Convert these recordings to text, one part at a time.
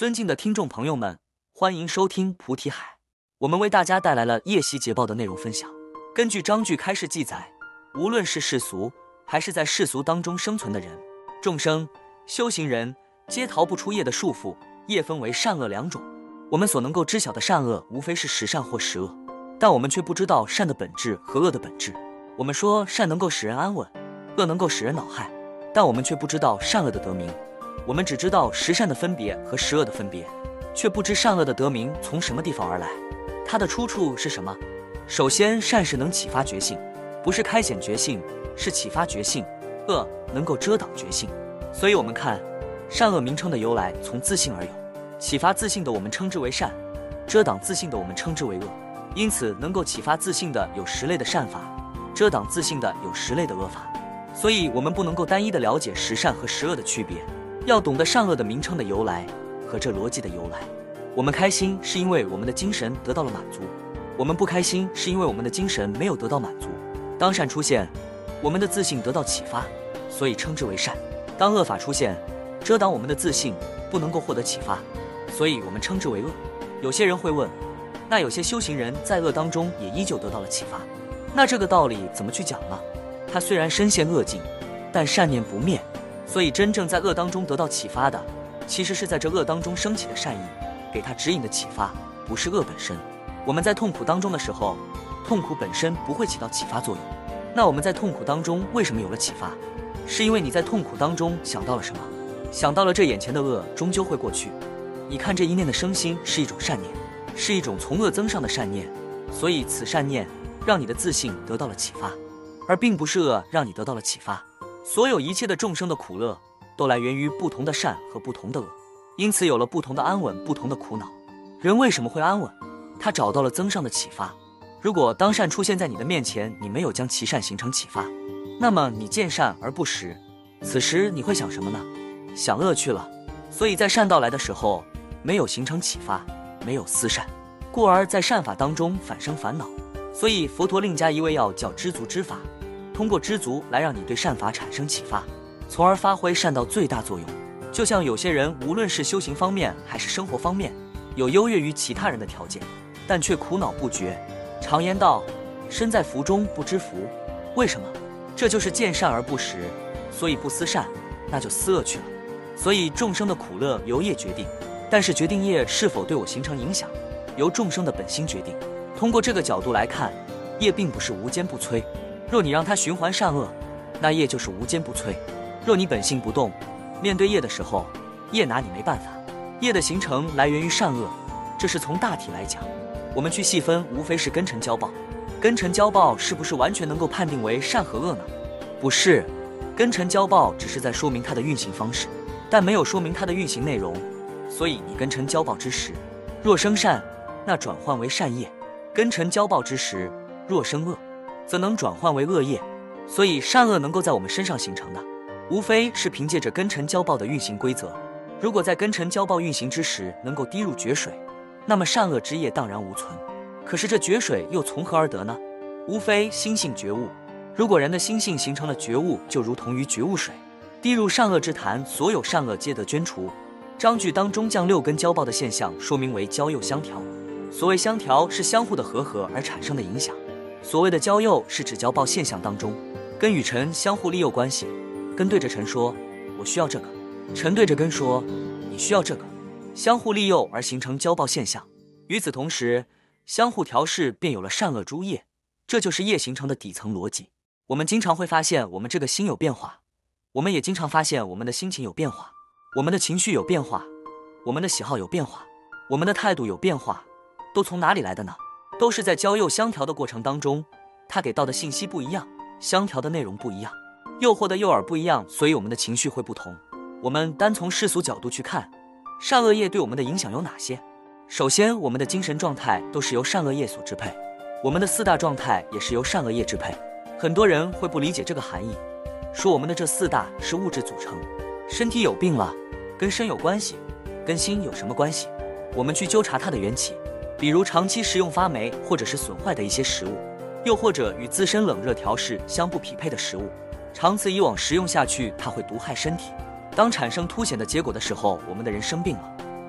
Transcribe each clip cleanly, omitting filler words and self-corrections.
尊敬的听众朋友们，欢迎收听菩提海。我们为大家带来了夜袭捷报的内容分享。根据章句开示记载，无论是世俗还是在世俗当中生存的人，众生、修行人，皆逃不出业的束缚。业分为善恶两种。我们所能够知晓的善恶，无非是实善或实恶，但我们却不知道善的本质和恶的本质。我们说善能够使人安稳，恶能够使人恼害，但我们却不知道善恶的得名。我们只知道实善的分别和实恶的分别，却不知善恶的得名从什么地方而来，它的出处是什么。首先，善是能启发觉性，不是开显觉性，是启发觉性；恶能够遮挡觉性。所以我们看善恶名称的由来从自性而有，启发自性的我们称之为善，遮挡自性的我们称之为恶。因此能够启发自性的有10类的善法，遮挡自性的有10类的恶法。所以我们不能够单一的了解实善和实恶的区别，要懂得善恶的名称的由来和这逻辑的由来。我们开心是因为我们的精神得到了满足，我们不开心是因为我们的精神没有得到满足。当善出现，我们的自信得到启发，所以称之为善；当恶法出现，遮挡我们的自信，不能够获得启发，所以我们称之为恶。有些人会问，那有些修行人在恶当中也依旧得到了启发，那这个道理怎么去讲呢？他虽然身陷恶境，但善念不灭，所以真正在恶当中得到启发的，其实是在这恶当中升起的善意，给他指引的启发，不是恶本身。我们在痛苦当中的时候，痛苦本身不会起到启发作用。那我们在痛苦当中为什么有了启发？是因为你在痛苦当中想到了什么？想到了这眼前的恶终究会过去。你看这一念的生心是一种善念，是一种从恶增上的善念，所以此善念让你的自信得到了启发，而并不是恶让你得到了启发。所有一切的众生的苦乐都来源于不同的善和不同的恶，因此有了不同的安稳，不同的苦恼。人为什么会安稳？他找到了增上的启发。如果当善出现在你的面前，你没有将其善形成启发，那么你见善而不识，此时你会想什么呢？想恶去了。所以在善到来的时候，没有形成启发，没有思善，故而在善法当中反生烦恼。所以佛陀另加一味要叫知足之法，通过知足来让你对善法产生启发，从而发挥善到最大作用。就像有些人无论是修行方面还是生活方面，有优越于其他人的条件，但却苦恼不绝。常言道，身在福中不知福。为什么？这就是见善而不识，所以不思善，那就思恶去了。所以众生的苦乐由业决定，但是决定业是否对我形成影响，由众生的本心决定。通过这个角度来看，业并不是无坚不摧。若你让它循环善恶，那业就是无坚不摧。若你本性不动，面对业的时候，业拿你没办法。业的形成来源于善恶，这是从大体来讲。我们去细分，无非是根尘交报。根尘交报是不是完全能够判定为善和恶呢？不是，根尘交报只是在说明它的运行方式，但没有说明它的运行内容。所以你根尘交报之时，若生善，那转换为善业；根尘交报之时，若生恶，则能转换为恶业。所以善恶能够在我们身上形成的，无非是凭借着根尘交报的运行规则。如果在根尘交报运行之时能够滴入决水，那么善恶之业荡然无存。可是这决水又从何而得呢？无非心性觉悟。如果人的心性形成了觉悟，就如同于觉悟水滴入善恶之潭，所有善恶皆得捐除。章句当中将6根交报的现象说明为交诱相调。所谓相调，是相互的和合而产生的影响。所谓的交诱，是指交报现象当中根与尘相互利诱关系。根对着尘说我需要这个，尘对着根说你需要这个，相互利诱而形成交报现象。与此同时，相互调试便有了善恶诸业，这就是业形成的底层逻辑。我们经常会发现我们这个心有变化，我们也经常发现我们的心情有变化，我们的情绪有变化，我们的喜好有变化，我们的态度有变化，都从哪里来的呢？都是在交诱相调的过程当中，它给到的信息不一样，相调的内容不一样，诱惑的诱饵不一样，所以我们的情绪会不同。我们单从世俗角度去看，善恶业对我们的影响有哪些？首先，我们的精神状态都是由善恶业所支配，我们的4大状态也是由善恶业支配。很多人会不理解这个含义，说我们的这4大是物质组成，身体有病了，跟身有关系，跟心有什么关系？我们去纠察它的缘起，比如长期食用发霉或者是损坏的一些食物，又或者与自身冷热调试相不匹配的食物，长此以往食用下去，它会毒害身体。当产生凸显的结果的时候，我们的人生病了，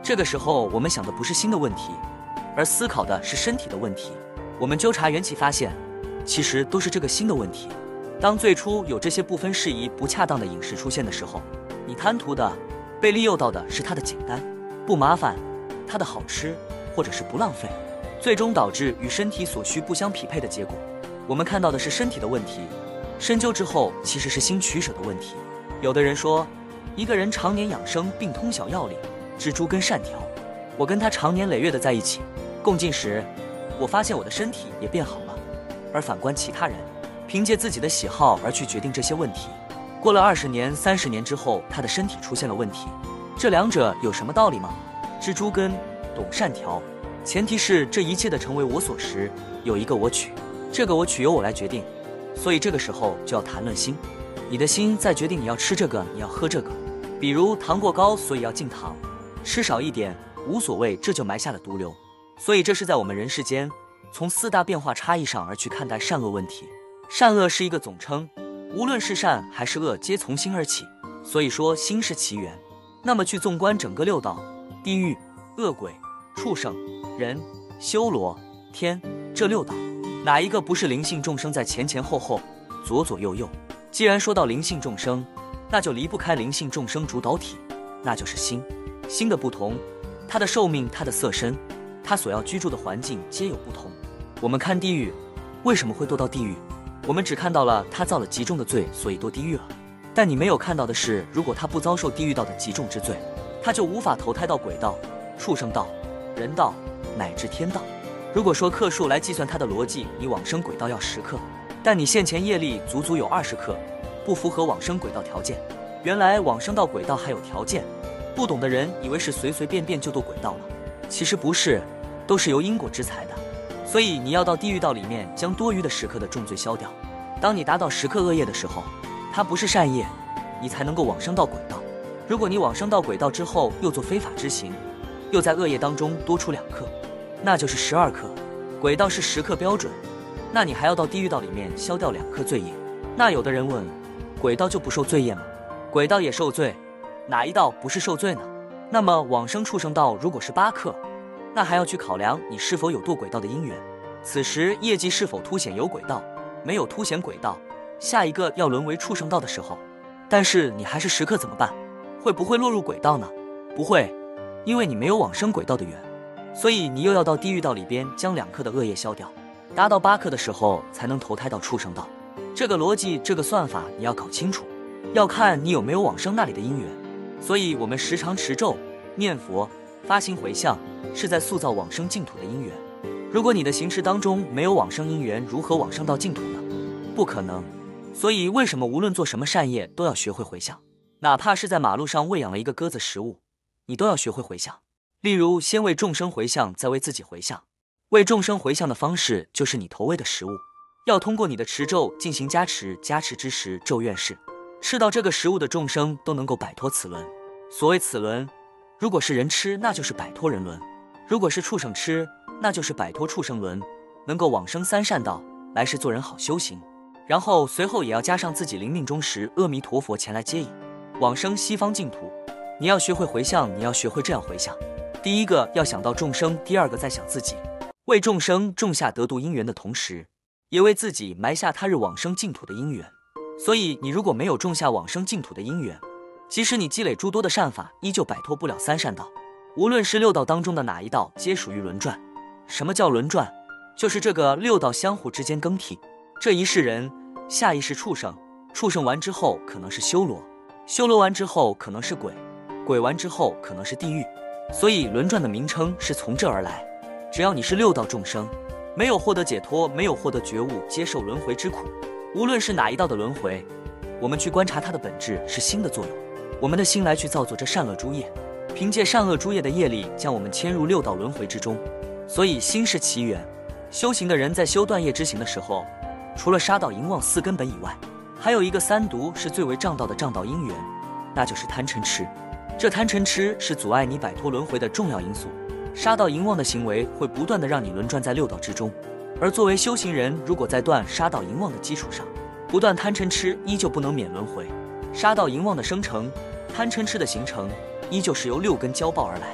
这个时候我们想的不是心的问题，而思考的是身体的问题。我们纠察缘起发现，其实都是这个心的问题。当最初有这些不分适宜、不恰当的饮食出现的时候，你贪图的、被利诱到的是它的简单、不麻烦，它的好吃，或者是不浪费，最终导致与身体所需不相匹配的结果。我们看到的是身体的问题，深究之后其实是心取舍的问题。有的人说，一个人常年养生并通晓药理，知诸根善调，我跟他长年累月的在一起共进时，我发现我的身体也变好了。而反观其他人，凭借自己的喜好而去决定这些问题，过了20年、30年之后，他的身体出现了问题。这两者有什么道理吗？知诸根，懂善调，前提是这一切的成为我所时，有一个我取，这个我取由我来决定。所以这个时候就要谈论心，你的心在决定你要吃这个，你要喝这个。比如糖过高，所以要禁糖，吃少一点无所谓，这就埋下了毒瘤。所以这是在我们人世间从4大变化差异上而去看待善恶问题。善恶是一个总称，无论是善还是恶，皆从心而起。所以说心是其源。那么去纵观整个6道，地狱、恶鬼、畜生、人、修罗、天，这6道，哪一个不是灵性众生在前前后后、左左右右？既然说到灵性众生，那就离不开灵性众生主导体，那就是心。心的不同，它的寿命、它的色身、它所要居住的环境皆有不同。我们看地狱，为什么会堕到地狱？我们只看到了他造了极重的罪，所以堕地狱了。但你没有看到的是，如果他不遭受地狱道的极重之罪，他就无法投胎到鬼道、畜生道、人道乃至天道。如果说克数来计算它的逻辑，你往生鬼道要10克，但你现前业力足足有20克，不符合往生鬼道条件。原来往生到鬼道还有条件，不懂的人以为是随随便便就堕鬼道了，其实不是，都是由因果之财的。所以你要到地狱道里面将多余的10克的重罪消掉。当你达到10克恶业的时候，它不是善业，你才能够往生到鬼道。如果你往生到鬼道之后又做非法之行，又在恶业当中多出2克，那就是12克。鬼道是10克标准，那你还要到地狱道里面消掉2克罪业。那有的人问，鬼道就不受罪业吗？鬼道也受罪，哪一道不是受罪呢？那么往生畜生道如果是8克，那还要去考量你是否有堕鬼道的因缘，此时业绩是否凸显有鬼道，没有凸显鬼道，下一个要沦为畜生道的时候，但是你还是10克怎么办？会不会落入鬼道呢？不会，因为你没有往生鬼道的缘，所以你又要到地狱道里边将2克的恶业消掉，达到8克的时候才能投胎到畜生道。这个逻辑，这个算法你要搞清楚，要看你有没有往生那里的因缘。所以我们时常持咒、念佛、发心回向，是在塑造往生净土的因缘。如果你的行持当中没有往生因缘，如何往生到净土呢？不可能。所以为什么无论做什么善业都要学会回向？哪怕是在马路上喂养了一个鸽子食物，你都要学会回向。例如先为众生回向，再为自己回向。为众生回向的方式就是你投喂的食物，要通过你的持咒进行加持，加持之时咒愿是吃到这个食物的众生都能够摆脱此轮。所谓此轮，如果是人吃，那就是摆脱人轮；如果是畜生吃，那就是摆脱畜生轮，能够往生3善道，来世做人好修行。然后随后也要加上自己临命终时阿弥陀佛前来接引，往生西方净土。你要学会回向，你要学会这样回向：第一个要想到众生，第二个再想自己，为众生种下得度因缘的同时，也为自己埋下他日往生净土的因缘。所以你如果没有种下往生净土的因缘，即使你积累诸多的善法，依旧摆脱不了3善道。无论是6道当中的哪一道，皆属于轮转。什么叫轮转？就是这个6道相互之间更替，这一世人，下一世畜生，畜生完之后可能是修罗，修罗完之后可能是鬼，鬼完之后可能是地狱。所以轮转的名称是从这而来。只要你是6道众生，没有获得解脱，没有获得觉悟，接受轮回之苦，无论是哪一道的轮回，我们去观察它的本质是心的作用，我们的心来去造作这善恶诸业，凭借善恶诸业的业力将我们牵入6道轮回之中。所以心是其源。修行的人在修断业之行的时候，除了杀盗淫妄4根本以外，还有一个3毒是最为障道的障道因缘，那就是贪嗔痴。这贪嗔痴是阻碍你摆脱轮回的重要因素。杀盗淫妄的行为会不断的让你轮转在6道之中，而作为修行人，如果在断杀盗淫妄的基础上不断贪嗔痴，依旧不能免轮回。杀盗淫妄的生成，贪嗔痴的形成，依旧是由6根交报而来。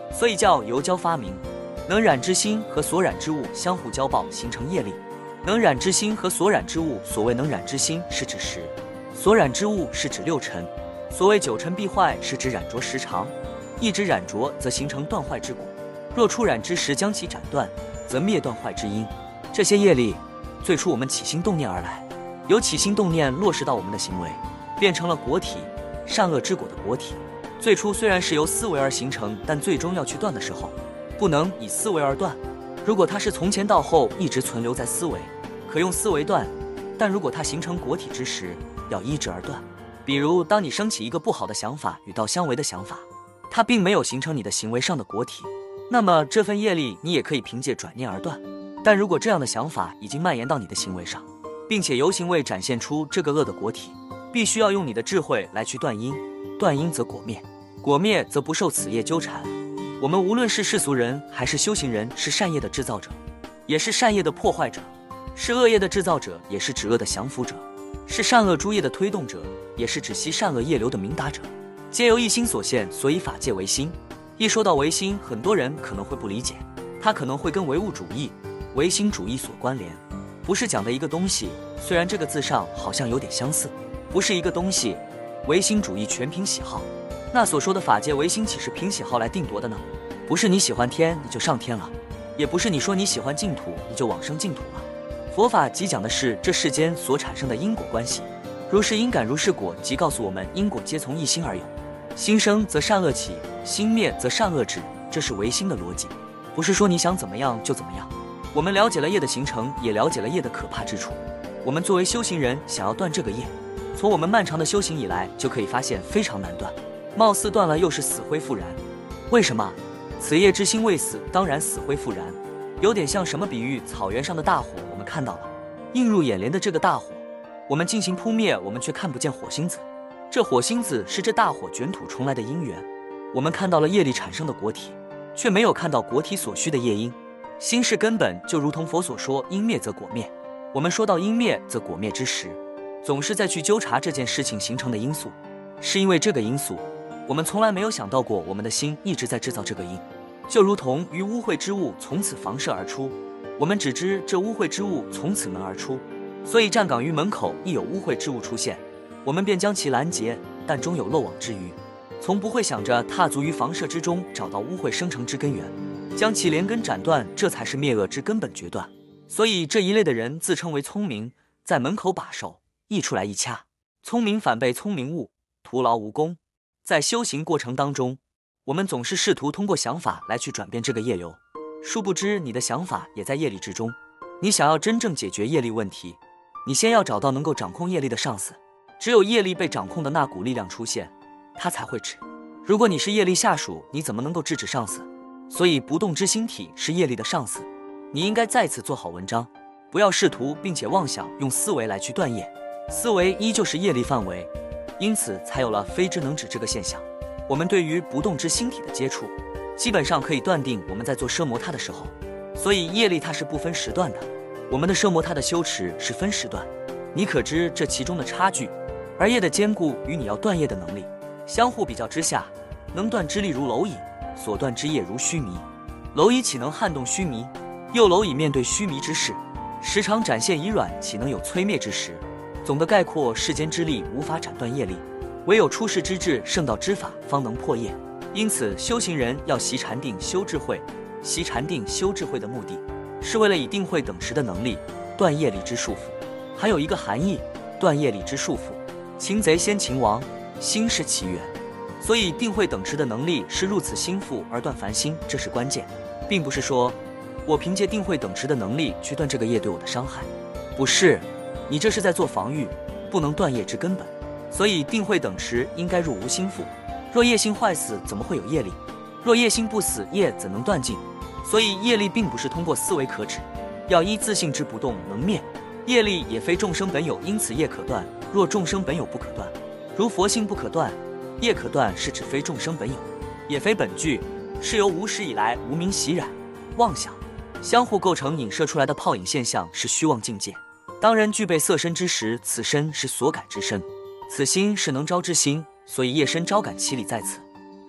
所以叫由交发明。能染之心和所染之物相互交抱，形成业力。能染之心和所染之物，所谓能染之心是指时，所染之物是指六尘。所谓九尘必坏，是指染着时长。一直染着，则形成断坏之果。若初染之时将其斩断，则灭断坏之因。这些业力，最初我们起心动念而来，由起心动念落实到我们的行为，变成了果体，善恶之果的果体。最初虽然是由思维而形成，但最终要去断的时候，不能以思维而断。如果它是从前到后一直存留在思维，可用思维断；但如果它形成果体之时，要依之而断。比如，当你升起一个不好的想法与道相违的想法，它并没有形成你的行为上的果体，那么这份业力你也可以凭借转念而断。但如果这样的想法已经蔓延到你的行为上，并且由行为展现出这个恶的果体，必须要用你的智慧来去断因，断因则果灭，果灭则不受此业纠缠。我们无论是世俗人还是修行人，是善业的制造者，也是善业的破坏者；是恶业的制造者，也是指恶的降服者；是善恶诸业的推动者，也是指吸善恶业流的明达者。皆由一心所现，所以法界唯心。一说到唯心，很多人可能会不理解，它可能会跟唯物主义、唯心主义所关联，不是讲的一个东西。虽然这个字上好像有点相似，不是一个东西。唯心主义全凭喜好，那所说的法界唯心岂是凭喜好来定夺的呢？不是你喜欢天你就上天了，也不是你说你喜欢净土你就往生净土了。佛法即讲的是这世间所产生的因果关系，如是因感如是果，即告诉我们因果皆从一心而有，心生则善恶起，心灭则善恶止，这是唯心的逻辑，不是说你想怎么样就怎么样。我们了解了业的形成，也了解了业的可怕之处。我们作为修行人，想要断这个业，从我们漫长的修行以来就可以发现非常难断，貌似断了又是死灰复燃。为什么？此业之心未死，当然死灰复燃。有点像什么比喻？草原上的大火我们看到了，映入眼帘的这个大火，我们进行扑灭，我们却看不见火星子。这火星子是这大火卷土重来的因缘。我们看到了业力产生的果体，却没有看到果体所需的业因。心是根本，就如同佛所说因灭则果灭。我们说到因灭则果灭之时，总是在去纠察这件事情形成的因素，是因为这个因素，我们从来没有想到过我们的心一直在制造这个因。就如同于污秽之物从此房舍而出，我们只知这污秽之物从此门而出，所以站岗于门口亦有污秽之物出现，我们便将其拦截，但终有漏网之鱼，从不会想着踏足于房舍之中找到污秽生成之根源，将其连根斩断，这才是灭恶之根本决断。所以这一类的人自称为聪明，在门口把守，一出来一掐，聪明反被聪明误，徒劳无功。在修行过程当中，我们总是试图通过想法来去转变这个业流，殊不知你的想法也在业力之中。你想要真正解决业力问题，你先要找到能够掌控业力的上司，只有业力被掌控的那股力量出现，它才会止。如果你是业力下属，你怎么能够制止上司？所以不动之心体是业力的上司，你应该在此做好文章，不要试图并且妄想用思维来去断业，思维依旧是业力范围，因此才有了非之能止这个现象。我们对于不动之心体的接触，基本上可以断定我们在做奢摩他的时候，所以业力它是不分时段的，我们的奢摩他的修持是分时段，你可知这其中的差距。而业的坚固与你要断业的能力相互比较之下，能断之力如蝼蚁，所断之业如须弥。蝼蚁岂能撼动须弥？又蝼蚁面对须弥之势，时常展现以软，岂能有摧灭之时？总的概括，世间之力无法斩断业力，唯有出世之智、圣道之法方能破业。因此修行人要习禅定修智慧，习禅定修智慧的目的是为了以定慧等时的能力断业力之束缚。还有一个含义，断业力之束缚，擒贼先擒王，心是其源。所以定慧等持的能力是入此心腹而断凡心，这是关键，并不是说我凭借定慧等持的能力去断这个业对我的伤害，不是，你这是在做防御，不能断业之根本。所以定慧等持应该入无心腹。若业心坏死，怎么会有业力？若业心不死，业怎能断尽？所以业力并不是通过思维可止，要依自性之不动能灭。业力也非众生本有，因此业可断。若众生本有不可断，如佛性不可断，业可断是指非众生本有，也非本具，是由无始以来无明习染、妄想相互构成影射出来的泡影现象，是虚妄境界。当人具备色身之时，此身是所感之身，此心是能招之心，所以业身招感其理在此。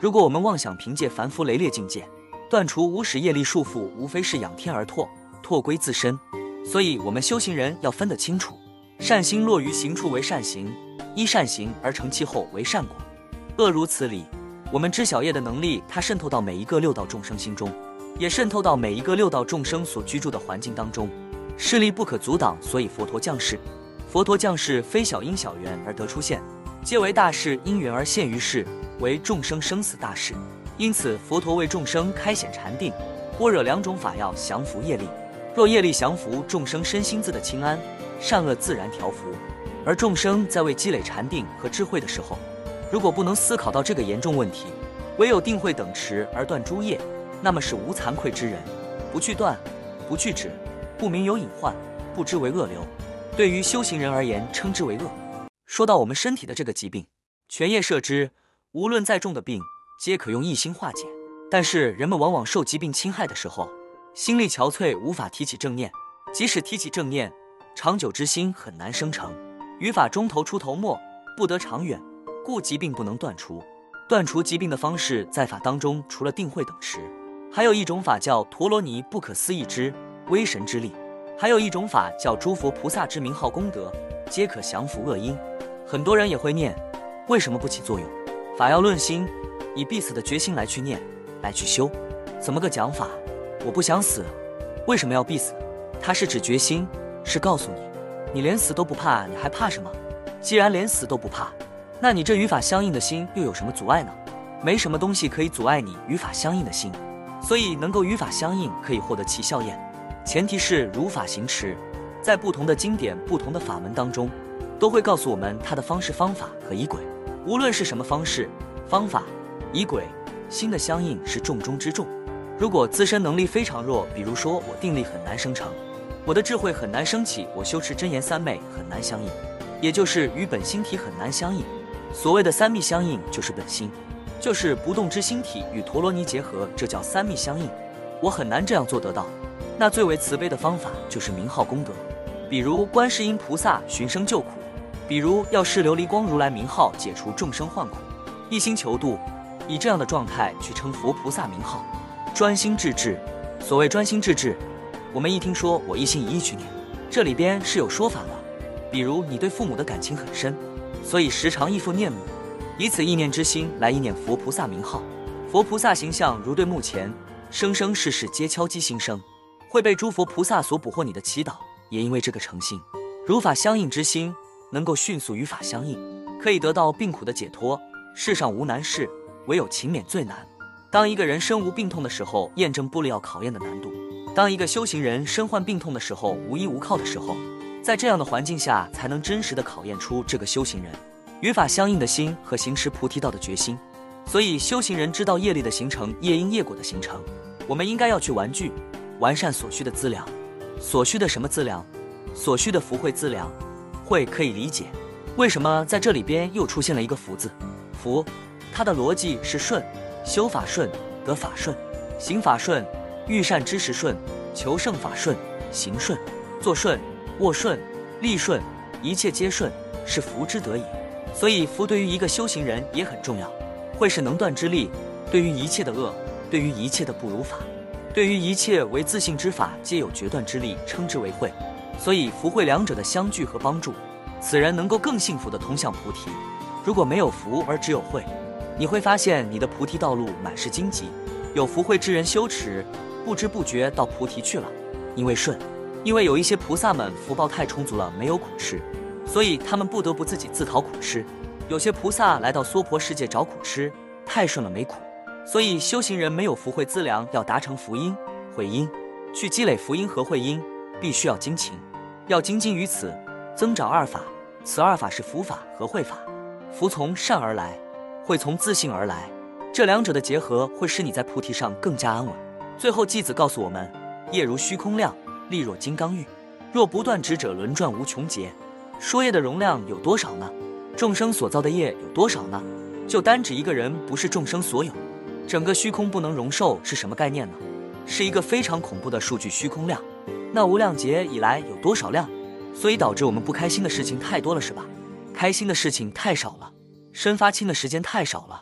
如果我们妄想凭借凡夫雷劣境界断除无始业力束缚，无非是仰天而唾，唾归自身。所以我们修行人要分得清楚，善心落于行处为善行，依善行而成其后为善果。恶如此理，我们知晓业的能力，它渗透到每一个六道众生心中，也渗透到每一个六道众生所居住的环境当中，势力不可阻挡。所以佛陀降世，佛陀降世非小因小缘而得出现，皆为大事因缘而现于世，为众生生死大事。因此佛陀为众生开显禅定、般若两种法要降伏业力。若业力降伏，众生身心自得清安，善恶自然调伏。而众生在为积累禅定和智慧的时候，如果不能思考到这个严重问题，唯有定慧等持而断诸业，那么是无惭愧之人。不去断，不去止，不明有隐患，不知为恶流。对于修行人而言，称之为恶。说到我们身体的这个疾病，全业摄之，无论再重的病，皆可用一心化解。但是人们往往受疾病侵害的时候，心力憔悴，无法提起正念。即使提起正念，长久之心很难生成。于法中头出头没，不得长远，故疾病不能断除。断除疾病的方式，在法当中除了定慧等持，还有一种法叫陀罗尼不可思议之威神之力，还有一种法叫诸佛菩萨之名号功德，皆可降服恶因。很多人也会念，为什么不起作用？法要论心，以必死的决心来去念，来去修。怎么个讲法？我不想死，为什么要必死？它是指决心，是告诉你，你连死都不怕，你还怕什么？既然连死都不怕，那你这与法相应的心又有什么阻碍呢？没什么东西可以阻碍你与法相应的心，所以能够与法相应，可以获得其效验，前提是如法行持。在不同的经典、不同的法门当中，都会告诉我们它的方式、方法和仪轨。无论是什么方式、方法、仪轨，心的相应是重中之重。如果自身能力非常弱，比如说我定力很难生成，我的智慧很难升起，我修持真言三昧很难相应，也就是与本心体很难相应。所谓的三密相应，就是本心，就是不动之心体与陀罗尼结合，这叫三密相应。我很难这样做得到。那最为慈悲的方法就是名号功德，比如观世音菩萨寻声救苦，比如药师琉璃光如来名号解除众生患苦，一心求度，以这样的状态去称佛菩萨名号，专心致志。所谓专心致志，我们一听说我一心一意去念，这里边是有说法的。比如你对父母的感情很深，所以时常忆父念母，以此意念之心来意念佛菩萨名号。佛菩萨形象如对目前，生生世世皆敲击心声，会被诸佛菩萨所捕获你的祈祷。也因为这个诚心，如法相应之心，能够迅速与法相应，可以得到病苦的解脱。世上无难事，唯有勤勉最难。当一个人身无病痛的时候，验证不了考验的难度；当一个修行人身患病痛的时候，无依无靠的时候，在这样的环境下，才能真实的考验出这个修行人与法相应的心和行持菩提道的决心。所以修行人知道业力的形成、业因业果的形成，我们应该要去完具完善所需的资粮。所需的什么资粮？所需的福慧资粮。慧可以理解，为什么在这里边又出现了一个福字？福，它的逻辑是顺，修法顺，得法顺，行法顺，遇善知识顺，求胜法顺，行顺，做顺，握顺，立顺，一切皆顺，是福之得也。所以福对于一个修行人也很重要。慧是能断之力，对于一切的恶，对于一切的不如法，对于一切为自性之法，皆有决断之力，称之为慧。所以福慧两者的相聚和帮助，此人能够更幸福地通向菩提。如果没有福而只有慧，你会发现你的菩提道路满是荆棘。有福慧之人修持，不知不觉到菩提去了。因为顺，因为有一些菩萨们福报太充足了，没有苦吃，所以他们不得不自己自讨苦吃。有些菩萨来到娑婆世界找苦吃，太顺了没苦。所以修行人没有福慧资粮，要达成福因、慧因，去积累福因和慧因，必须要精勤，要精进于此，增长二法。此二法是福法和慧法。福从善而来，慧从自性而来，这两者的结合会使你在菩提上更加安稳。最后偈子告诉我们，业如虚空量，力若金刚玉，若不断执者，轮转无穷劫。说业的容量有多少呢？众生所造的业有多少呢？就单指一个人，不是众生所有，整个虚空不能容受，是什么概念呢？是一个非常恐怖的数据虚空量。那无量劫以来有多少量？所以导致我们不开心的事情太多了，是吧？开心的事情太少了，生发心的时间太少了，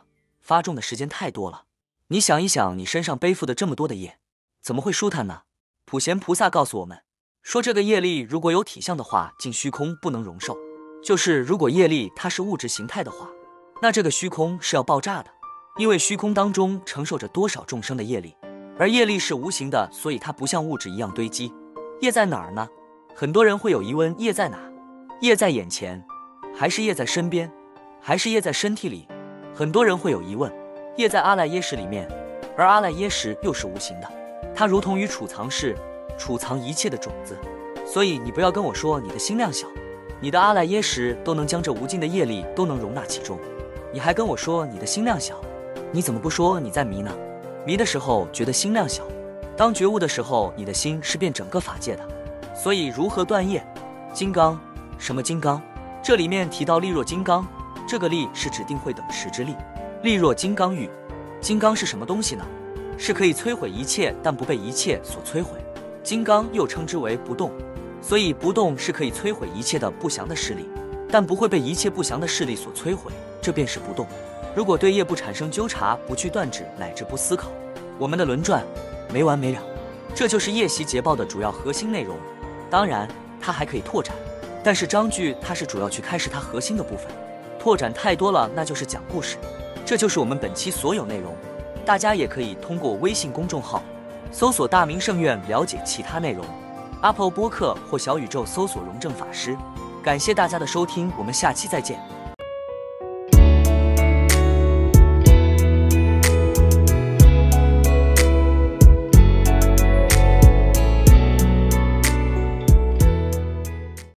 发重的时间太多了。你想一想，你身上背负的这么多的业，怎么会舒坦呢？普贤菩萨告诉我们说，这个业力如果有体相的话，进虚空不能容受。就是如果业力它是物质形态的话，那这个虚空是要爆炸的，因为虚空当中承受着多少众生的业力，而业力是无形的，所以它不像物质一样堆积。业在哪儿呢？很多人会有疑问，业在哪？业在眼前，还是业在身边，还是业在身体里？很多人会有疑问，业在阿赖耶识里面，而阿赖耶识又是无形的，它如同于储藏室，储藏一切的种子。所以你不要跟我说你的心量小，你的阿赖耶识都能将这无尽的业力都能容纳其中，你还跟我说你的心量小，你怎么不说你在迷呢？迷的时候觉得心量小，当觉悟的时候，你的心是遍整个法界的。所以如何断业？金刚，什么金刚？这里面提到力若金刚，这个力是指定慧等持之力，力若金刚玉。金刚是什么东西呢？是可以摧毁一切但不被一切所摧毁。金刚又称之为不动，所以不动是可以摧毁一切的不祥的势力，但不会被一切不祥的势力所摧毁，这便是不动。如果对业不产生纠察，不去断指，乃至不思考，我们的轮转没完没了。这就是业习捷报的主要核心内容。当然它还可以拓展，但是章句它是主要去开始它核心的部分，拓展太多了那就是讲故事。这就是我们本期所有内容，大家也可以通过微信公众号搜索大明圣院了解其他内容， Apple 播客或小宇宙搜索荣正法师。感谢大家的收听，我们下期再见。